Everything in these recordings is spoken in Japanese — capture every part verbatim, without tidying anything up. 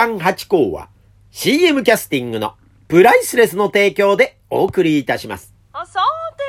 刊八甲は シーエム キャスティングのプライスレスの提供でお送りいたします。 あ、さて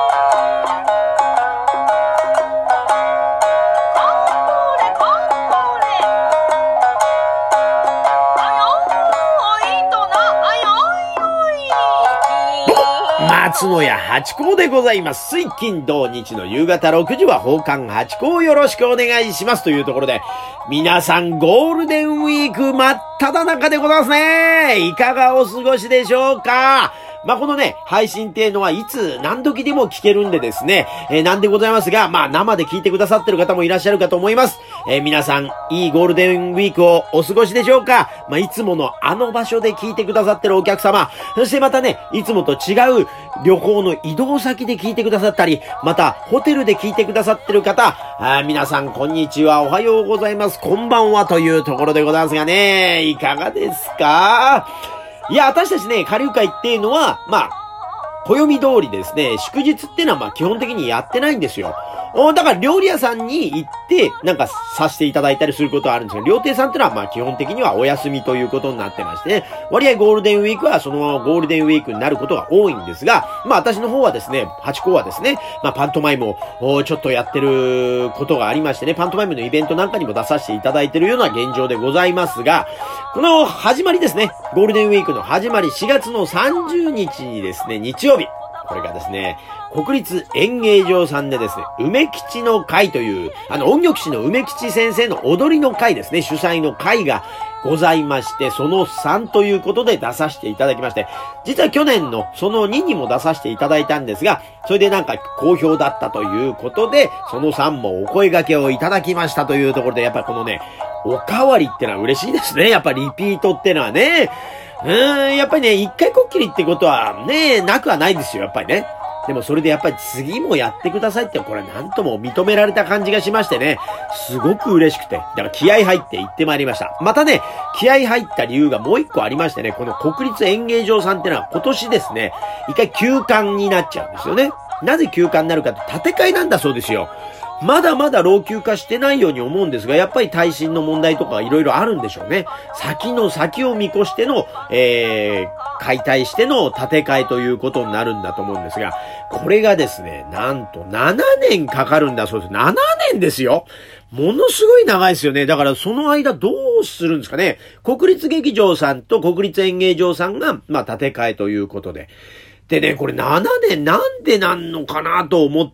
松野屋八甲でございます。水金土日の夕方ろくじは奉還八甲よろしくお願いしますというところで、皆さんゴールデンウィーク真っ只中でございますね。いかがお過ごしでしょうか。まあ、このね、配信っていうのはいつ何時でも聞けるんでですね、えー、なんでございますが、まあ、生で聞いてくださってる方もいらっしゃるかと思います。えー、皆さん、いいゴールデンウィークをお過ごしでしょうか。まあ、いつものあの場所で聞いてくださってるお客様、そしてまたね、いつもと違う旅行の移動先で聞いてくださったり、また、ホテルで聞いてくださってる方、あ皆さん、こんにちは、おはようございます、こんばんはというところでございますがね、いかがですか。いや、私たちね、下流会っていうのは、まあ、暦通りですね、祝日っていうのはまあ基本的にやってないんですよ。だから料理屋さんに行って、なんかさせていただいたりすることはあるんですが、料亭さんっていうのはまあ基本的にはお休みということになってましてね、割合ゴールデンウィークはそのままゴールデンウィークになることが多いんですが、まあ私の方はですね、八甲はですね、まあパントマイムをちょっとやってることがありましてね、パントマイムのイベントなんかにも出させていただいているような現状でございますが、この始まりですね、ゴールデンウィークの始まりしがつのさんじゅうにちにですね、日曜日、これがですね、国立演芸場さんでですね、梅吉の会という、あの音楽師の梅吉先生の踊りの会ですね、主催の会がございまして、そのさんということで出させていただきまして、実は去年のそのににも出させていただいたんですが、それでなんか好評だったということで、そのさんもお声掛けをいただきましたというところで、やっぱりこのね、おかわりってのは嬉しいですね。やっぱりリピートってのはね。うーん、やっぱりね、一回こっきりってことはね、なくはないですよ、やっぱりね。でもそれでやっぱり次もやってくださいって、これなんとも認められた感じがしましてね、すごく嬉しくて、だから気合入って行ってまいりました。またね、気合入った理由がもう一個ありましてね、この国立演芸場さんってのは今年ですね、一回休館になっちゃうんですよね。なぜ休館になるかって建て替えなんだそうですよ。まだまだ老朽化してないように思うんですが、やっぱり耐震の問題とかいろいろあるんでしょうね。先の先を見越しての、えー、解体しての建て替えということになるんだと思うんですが、これがですね、なんとななねんかかるんだそうです。ななねんですよ。ものすごい長いですよね。だからその間どうするんですかね。国立劇場さんと国立演芸場さんが、まあ建て替えということで。でね、これななねんなんでなんのかなと思って、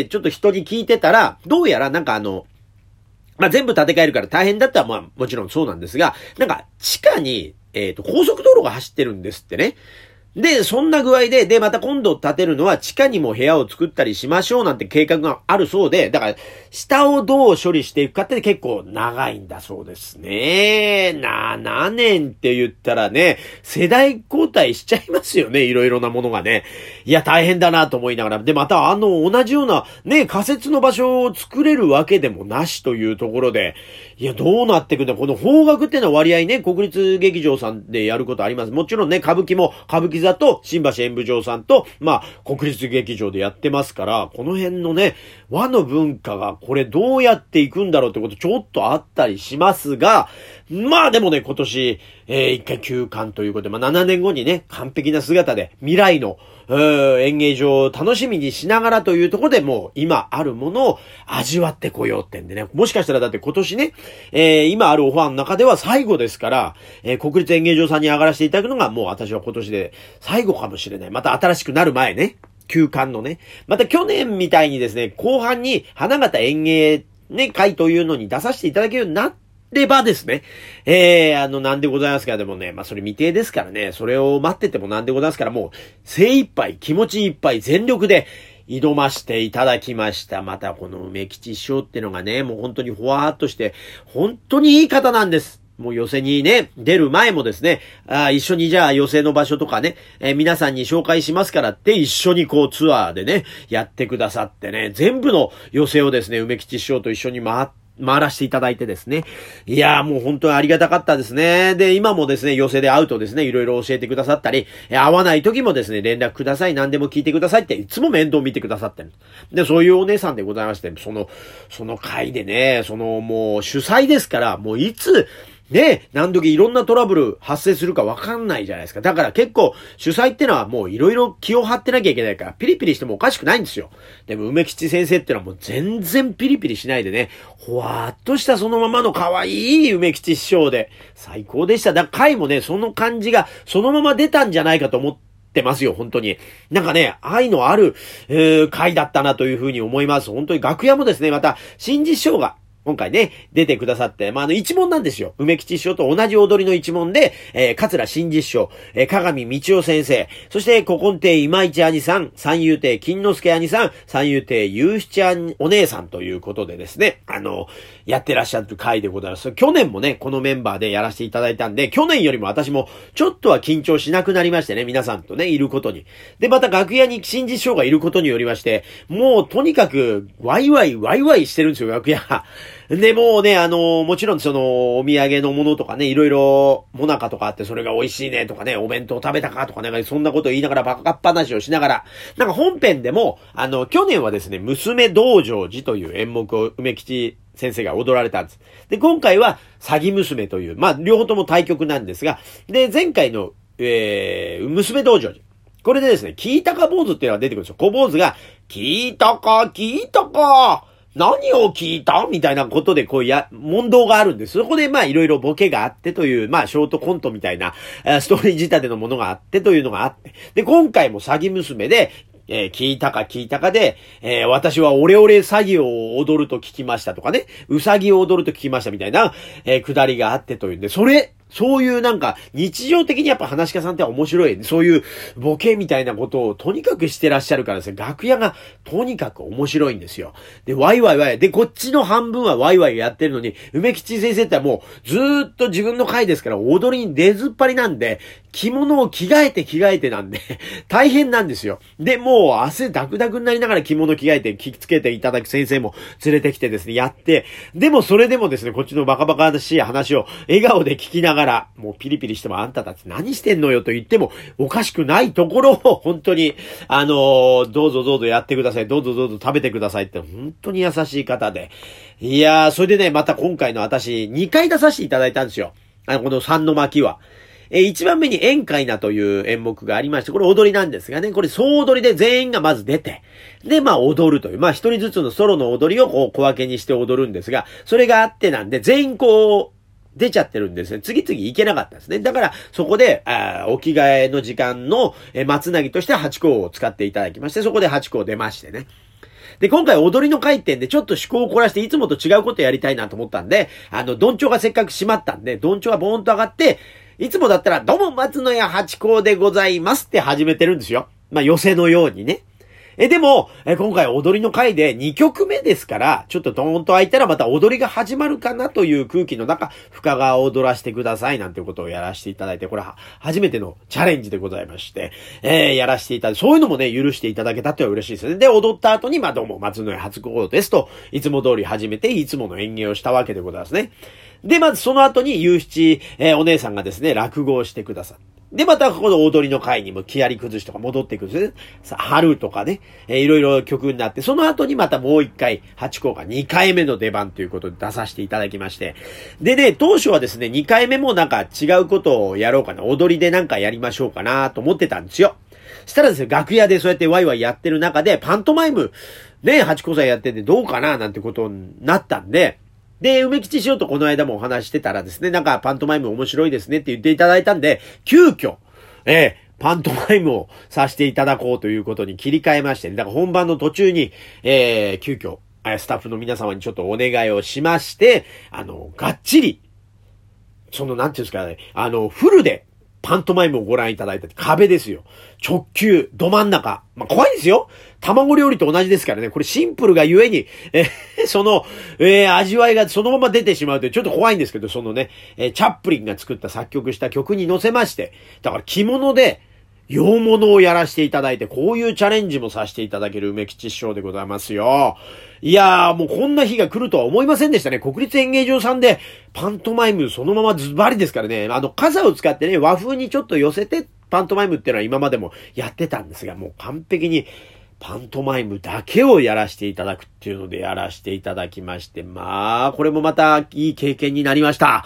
ちょっと人に聞いてたら、どうやらなんかあの、まあ、全部建て替えるから大変だったらまあもちろんそうなんですが、なんか地下に、えっと、高速道路が走ってるんですってね。で、そんな具合で、で、また今度建てるのは地下にも部屋を作ったりしましょうなんて計画があるそうで、だから、下をどう処理していくかって結構長いんだそうですね。ななねんって言ったらね、世代交代しちゃいますよね、いろいろなものがね。いや、大変だなと思いながら。で、またあの、同じようなね、仮設の場所を作れるわけでもなしというところで、いや、どうなっていくんだ。この邦楽っていうのは割合ね、国立劇場さんでやることあります。もちろんね、歌舞伎も歌舞伎座と新橋演舞場さんと、まあ、国立劇場でやってますから、この辺のね、和の文化がこれどうやっていくんだろうってことちょっとあったりしますが、まあでもね、今年、えー、一回休館ということで、まあななねんごにね、完璧な姿で未来の、演芸場を楽しみにしながらというところでもう今あるものを味わってこようってんでね、もしかしたらだって今年ね、えー、今あるオファーの中では最後ですから、えー、国立演芸場さんに上がらせていただくのがもう私は今年で最後かもしれない。また新しくなる前ね、休館のね。また去年みたいにですね、後半に花形演芸ね、会というのに出させていただけるようになって、ればですね。えー、あの、なんでございますか。でもね、まあ、それ未定ですからね。それを待っててもなんでございますから、もう、精一杯、気持ちいっぱい、全力で、挑ましていただきました。また、この梅吉師匠ってのがね、もう本当にほわーっとして、本当にいい方なんです。もう寄席にね、出る前もですね、あ一緒にじゃあ寄席の場所とかね、えー、皆さんに紹介しますからって一緒にこうツアーでね、やってくださってね、全部の寄席をですね、梅吉師匠と一緒に回って、回らせていただいてですね。いやーもう本当にありがたかったですね。で、今もですね、寄席で会うとですね、いろいろ教えてくださったり、会わない時もですね、連絡ください、何でも聞いてくださいって、いつも面倒見てくださってる。で、そういうお姉さんでございまして、その、その会でね、そのもう主催ですから、もういつ、 ね、何時いろんなトラブル発生するかわかんないじゃないですか。だから結構主催ってのはもういろいろ気を張ってなきゃいけないからピリピリしてもおかしくないんですよ。でも梅吉先生ってのはもう全然ピリピリしないでね、ほわーっとしたそのままの可愛い梅吉師匠で最高でした。だから回もね、その感じがそのまま出たんじゃないかと思ってってますよ、本当に。なんかね、愛のある、えー、回だったなというふうに思います。本当に楽屋もですね、また、新実師匠が、今回ね、出てくださって、まあ、あの、一門なんですよ。梅吉師匠と同じ踊りの一門で、えー、桂新実師匠、えー、鏡道夫先生、そして、古今亭今市兄さん、三遊亭金之助兄さん、三遊亭祐七兄お姉さんということでですね、あの、やってらっしゃる回でございます。去年もね、このメンバーでやらせていただいたんで、去年よりも私もちょっとは緊張しなくなりましてね、皆さんとね、いることに。で、また楽屋に新実師匠がいることによりまして、もうとにかく、ワイワイワイワイしてるんですよ、楽屋。で、もうね、あの、もちろんその、お土産のものとかね、いろいろ、もなかとかあって、それが美味しいねとかね、お弁当食べたかとかね、そんなこと言いながらバカっ話をしながら、なんか本編でも、あの、去年はですね、娘道成寺という演目を梅吉先生が踊られたんです。で、今回は、詐欺娘という、まあ、両方とも対局なんですが、で、前回の、えー、娘道成寺。これでですね、聞いたか坊主っていうのが出てくるんですよ。小坊主が、聞いたか、聞いたか、何を聞いたみたいなことでこうや、問答があるんです。そこでまあいろいろボケがあってという、まあショートコントみたいな、ストーリー仕立てのものがあってというのがあって。で、今回も詐欺娘で、えー、聞いたか聞いたかで、えー、私はオレオレ詐欺を踊ると聞きましたとかね、うさぎを踊ると聞きましたみたいな、えー、くだりがあってというんで、それ、そういうなんか、日常的にやっぱ話し家さんって面白い。そういうボケみたいなことをとにかくしてらっしゃるからですね、楽屋がとにかく面白いんですよ。で、ワイワイワイ。で、こっちの半分はワイワイやってるのに、梅吉先生ってもうずーっと自分の回ですから踊りに出ずっぱりなんで、着物を着替えて着替えてなんで、大変なんですよ。で、もう汗ダクダクになりながら着物着替えて着付けていただく先生も連れてきてですね、やって、でもそれでもですね、こっちのバカバカしい話を笑顔で聞きながら、もうピリピリしてもあんたたち何してんのよと言ってもおかしくないところを本当に、あのー、どうぞどうぞやってください、どうぞどうぞ食べてくださいって本当に優しい方で。いやー、それでね、また今回の私にかい出させていただいたんですよ。あの、この三の巻は。えー、一番目に宴会なという演目がありまして、これ踊りなんですがね、これ総踊りで全員がまず出て、で、まあ踊るという、まあ一人ずつのソロの踊りをこう小分けにして踊るんですが、それがあってなんで、全員こう、出ちゃってるんですね。次々行けなかったんですね。だから、そこで、あお着替えの時間の、えー、松なぎとしてはちこを使っていただきまして、そこではちこ出ましてね。で、今回踊りの回転でちょっと趣向を凝らしていつもと違うことやりたいなと思ったんで、あの、どんちょうがせっかく閉まったんで、どんちょうがボーンと上がって、いつもだったら、どうも松野屋八甲でございますって始めてるんですよ。まあ、寄せのようにね。え、でも、え、今回踊りの回でにきょくめですから、ちょっとドーンと開いたらまた踊りが始まるかなという空気の中、深川を踊らせてくださいなんていうことをやらせていただいて、これは初めてのチャレンジでございまして、えー、やらせていただいて、そういうのもね、許していただけたっては嬉しいですね。で、踊った後に、まあどうも松野屋初公ですと、いつも通り始めて、いつもの演芸をしたわけでございますね。で、まずその後に、ゆうしち、えー、お姉さんがですね、落語をしてくださって、で、またここの踊りの回にも木槍崩しとか戻っていくんですね。さあ、春とかね、えー、いろいろ曲になって、その後にまたもう一回、八甲がにかいめの出番ということで出させていただきまして。でね、当初はですね、にかいめもなんか違うことをやろうかな、踊りでなんかやりましょうかなと思ってたんですよ。したらですね、楽屋でそうやってワイワイやってる中で、パントマイム、ね、八甲さんやっててどうかななんてことになったんで、で、梅吉しようとこの間もお話してたらですね、なんかパントマイム面白いですねって言っていただいたんで、急遽、えー、パントマイムをさせていただこうということに切り替えまして、ね、だから本番の途中に、えー、急遽、スタッフの皆様にちょっとお願いをしまして、あの、がっちり、その、なんていうんですかね、あの、フルで、パントマイムをご覧いただいた壁ですよ。直球、ど真ん中。まあ、怖いですよ。卵料理と同じですからね。これシンプルがゆえに、えー、その、えー、味わいがそのまま出てしまうというちょっと怖いんですけど、そのね、えー、チャップリンが作った作曲した曲に乗せまして、だから着物で、洋物をやらせていただいて、こういうチャレンジもさせていただける梅吉師匠でございますよ。いやー、もうこんな日が来るとは思いませんでしたね。国立演芸場さんで、パントマイムそのままズバリですからね。あの、傘を使ってね、和風にちょっと寄せて、パントマイムっていうのは今までもやってたんですが、もう完璧に、パントマイムだけをやらせていただくっていうのでやらせていただきまして、まあ、これもまたいい経験になりました。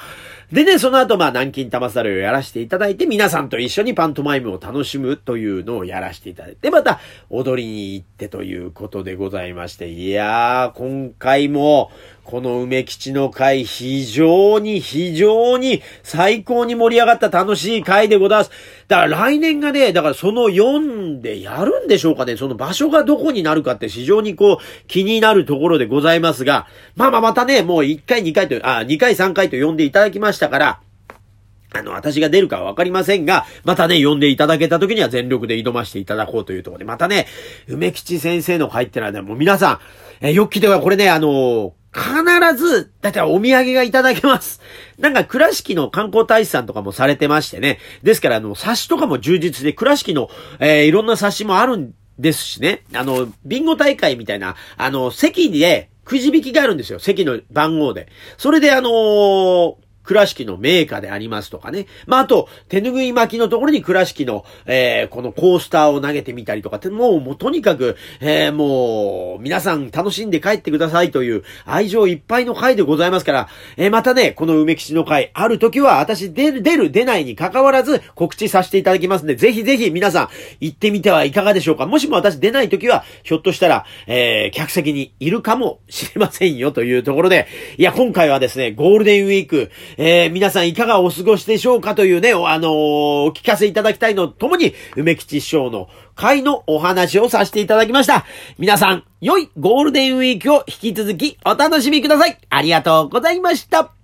でね、その後まあ南京玉猿をやらせていただいて、皆さんと一緒にパントマイムを楽しむというのをやらせていただいて、また踊りに行ってということでございまして、いやー、今回もこの梅吉の会、非常に非常に最高に盛り上がった楽しい会でございます。だから来年がね、だからそのよんでやるんでしょうかね。その場所がどこになるかって非常にこう気になるところでございますが、まあまあまたね、もういっかいにかいと、あ、にかいさんかいと呼んでいただきましたから、あの、私が出るかはわかりませんが、またね、呼んでいただけた時には全力で挑ましていただこうというところで、またね、梅吉先生の会ってのはね、もう皆さん、えー、よく聞いてください。これね、あのー、必ず、だいたいお土産がいただけます。なんか、倉敷の観光大使さんとかもされてましてね。ですから、あの、冊子とかも充実で、倉敷の、えー、いろんな冊子もあるんですしね。あの、ビンゴ大会みたいな、あの、席で、くじ引きがあるんですよ。席の番号で。それで、あのー、倉敷の名家でありますとかね。まあ、あと、手拭い巻きのところに倉敷の、えー、このコースターを投げてみたりとかって、もう、もうとにかく、えー、もう、皆さん楽しんで帰ってくださいという愛情いっぱいの回でございますから、えー、またね、この梅吉の回、ある時は私出る、出る、出ないに関わらず告知させていただきますんで、ぜひぜひ皆さん行ってみてはいかがでしょうか。もしも私出ない時は、ひょっとしたら、えー、客席にいるかもしれませんよというところで、いや、今回はですね、ゴールデンウィーク、えー、皆さんいかがお過ごしでしょうかというね、あのー、お聞かせいただきたいのともに、梅吉師匠の会のお話をさせていただきました。皆さん、良いゴールデンウィークを引き続きお楽しみください。ありがとうございました。